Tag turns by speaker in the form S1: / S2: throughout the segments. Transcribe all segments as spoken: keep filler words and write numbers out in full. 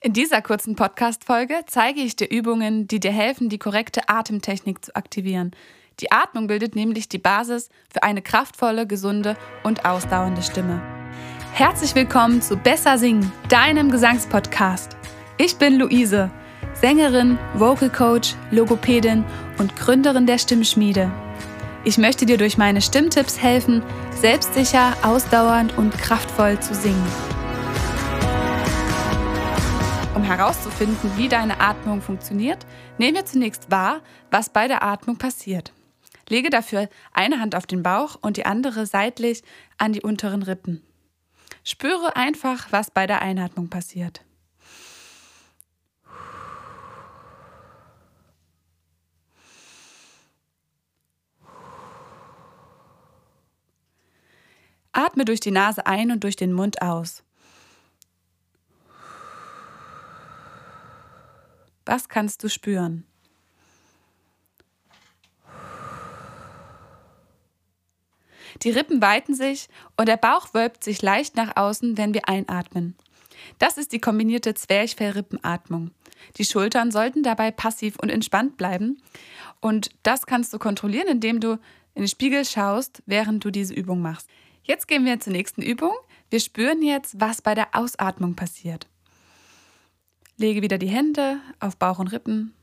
S1: In dieser kurzen Podcast-Folge zeige ich dir Übungen, die dir helfen, die korrekte Atemtechnik zu aktivieren. Die Atmung bildet nämlich die Basis für eine kraftvolle, gesunde und ausdauernde Stimme. Herzlich willkommen zu Besser Singen, deinem Gesangspodcast. Ich bin Luise, Sängerin, Vocal Coach, Logopädin und Gründerin der Stimmschmiede. Ich möchte dir durch meine Stimmtipps helfen, selbstsicher, ausdauernd und kraftvoll zu singen. Um herauszufinden, wie deine Atmung funktioniert, nehmen wir zunächst wahr, was bei der Atmung passiert. Lege dafür eine Hand auf den Bauch und die andere seitlich an die unteren Rippen. Spüre einfach, was bei der Einatmung passiert. Atme durch die Nase ein und durch den Mund aus. Was kannst du spüren? Die Rippen weiten sich und der Bauch wölbt sich leicht nach außen, wenn wir einatmen. Das ist die kombinierte Zwerchfell-Rippenatmung. Die Schultern sollten dabei passiv und entspannt bleiben und das kannst du kontrollieren, indem du in den Spiegel schaust, während du diese Übung machst. Jetzt gehen wir zur nächsten Übung. Wir spüren jetzt, was bei der Ausatmung passiert. Lege wieder die Hände auf Bauch und Rippen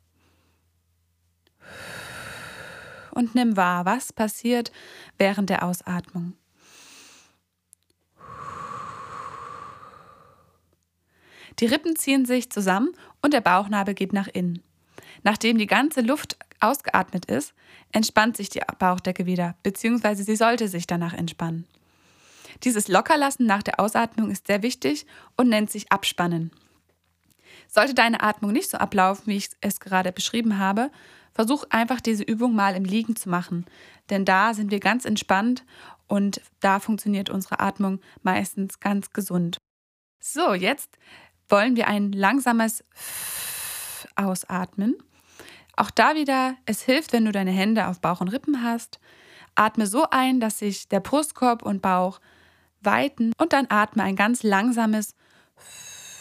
S1: und nimm wahr, was passiert während der Ausatmung. Die Rippen ziehen sich zusammen und der Bauchnabel geht nach innen. Nachdem die ganze Luft ausgeatmet ist, entspannt sich die Bauchdecke wieder, beziehungsweise sie sollte sich danach entspannen. Dieses Lockerlassen nach der Ausatmung ist sehr wichtig und nennt sich Abspannen. Sollte deine Atmung nicht so ablaufen, wie ich es gerade beschrieben habe, versuch einfach diese Übung mal im Liegen zu machen. Denn da sind wir ganz entspannt und da funktioniert unsere Atmung meistens ganz gesund. So, jetzt wollen wir ein langsames F ausatmen. Auch da wieder, es hilft, wenn du deine Hände auf Bauch und Rippen hast. Atme so ein, dass sich der Brustkorb und Bauch weiten und dann atme ein ganz langsames F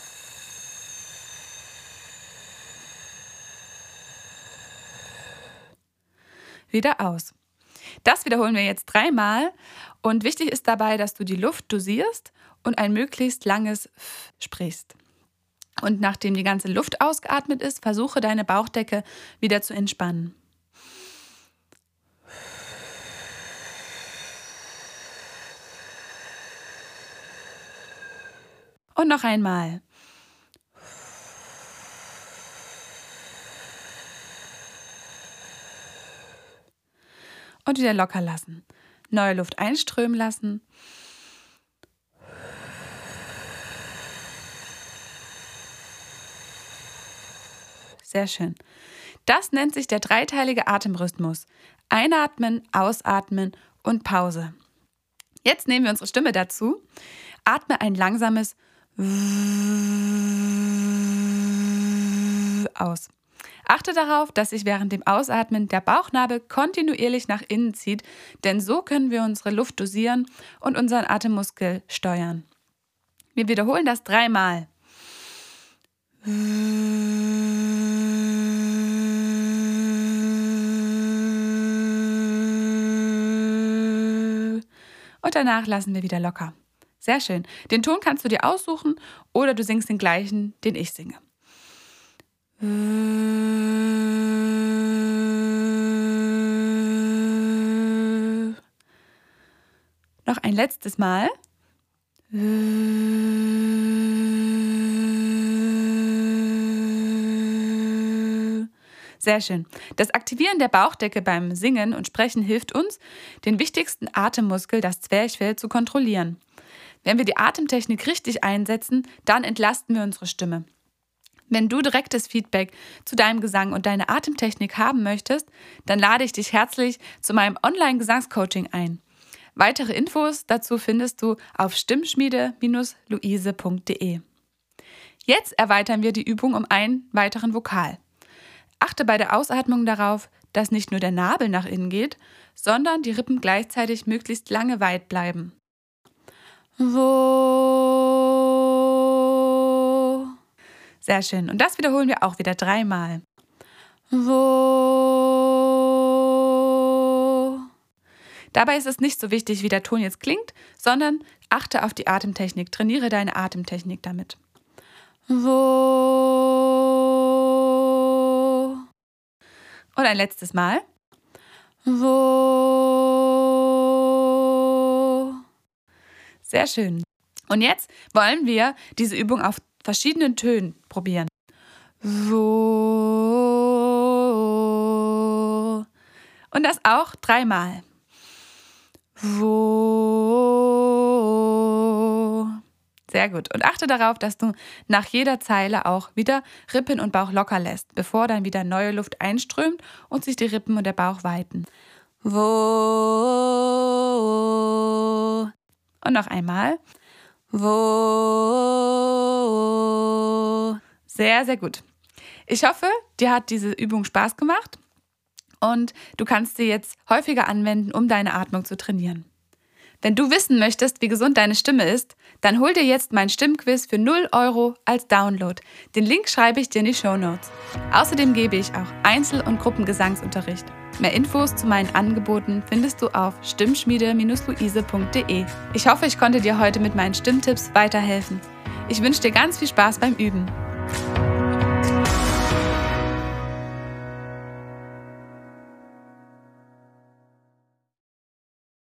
S1: wieder aus. Das wiederholen wir jetzt dreimal und wichtig ist dabei, dass du die Luft dosierst und ein möglichst langes F sprichst. Und nachdem die ganze Luft ausgeatmet ist, versuche deine Bauchdecke wieder zu entspannen. Und noch einmal. Und wieder locker lassen. Neue Luft einströmen lassen. Sehr schön. Das nennt sich der dreiteilige Atemrhythmus. Einatmen, ausatmen und Pause. Jetzt nehmen wir unsere Stimme dazu. Atme ein langsames aus. Achte darauf, dass sich während dem Ausatmen der Bauchnabel kontinuierlich nach innen zieht, denn so können wir unsere Luft dosieren und unseren Atemmuskel steuern. Wir wiederholen das dreimal. Und danach lassen wir wieder locker. Sehr schön. Den Ton kannst du dir aussuchen oder du singst den gleichen, den ich singe. Noch ein letztes Mal. Sehr schön. Das Aktivieren der Bauchdecke beim Singen und Sprechen hilft uns, den wichtigsten Atemmuskel, das Zwerchfell, zu kontrollieren. Wenn wir die Atemtechnik richtig einsetzen, dann entlasten wir unsere Stimme. Wenn du direktes Feedback zu deinem Gesang und deiner Atemtechnik haben möchtest, dann lade ich dich herzlich zu meinem Online-Gesangscoaching ein. Weitere Infos dazu findest du auf stimmschmiede Bindestrich luise Punkt de. Jetzt erweitern wir die Übung um einen weiteren Vokal. Achte bei der Ausatmung darauf, dass nicht nur der Nabel nach innen geht, sondern die Rippen gleichzeitig möglichst lange weit bleiben. Wo Sehr schön. Und das wiederholen wir auch wieder dreimal. Wo. Dabei ist es nicht so wichtig, wie der Ton jetzt klingt, sondern achte auf die Atemtechnik. Trainiere deine Atemtechnik damit. Wo. Und ein letztes Mal. Wo. Sehr schön. Und jetzt wollen wir diese Übung auf verschiedenen Tönen probieren. Wo. Und das auch dreimal. Wo. Sehr gut. Und achte darauf, dass du nach jeder Zeile auch wieder Rippen und Bauch locker lässt, bevor dann wieder neue Luft einströmt und sich die Rippen und der Bauch weiten. Wo. Und noch einmal. Wo. Sehr, sehr gut. Ich hoffe, dir hat diese Übung Spaß gemacht und du kannst sie jetzt häufiger anwenden, um deine Atmung zu trainieren. Wenn du wissen möchtest, wie gesund deine Stimme ist, dann hol dir jetzt mein Stimmquiz für null Euro als Download. Den Link schreibe ich dir in die Shownotes. Außerdem gebe ich auch Einzel- und Gruppengesangsunterricht. Mehr Infos zu meinen Angeboten findest du auf stimmschmiede Bindestrich luise Punkt de. Ich hoffe, ich konnte dir heute mit meinen Stimmtipps weiterhelfen. Ich wünsche dir ganz viel Spaß beim Üben.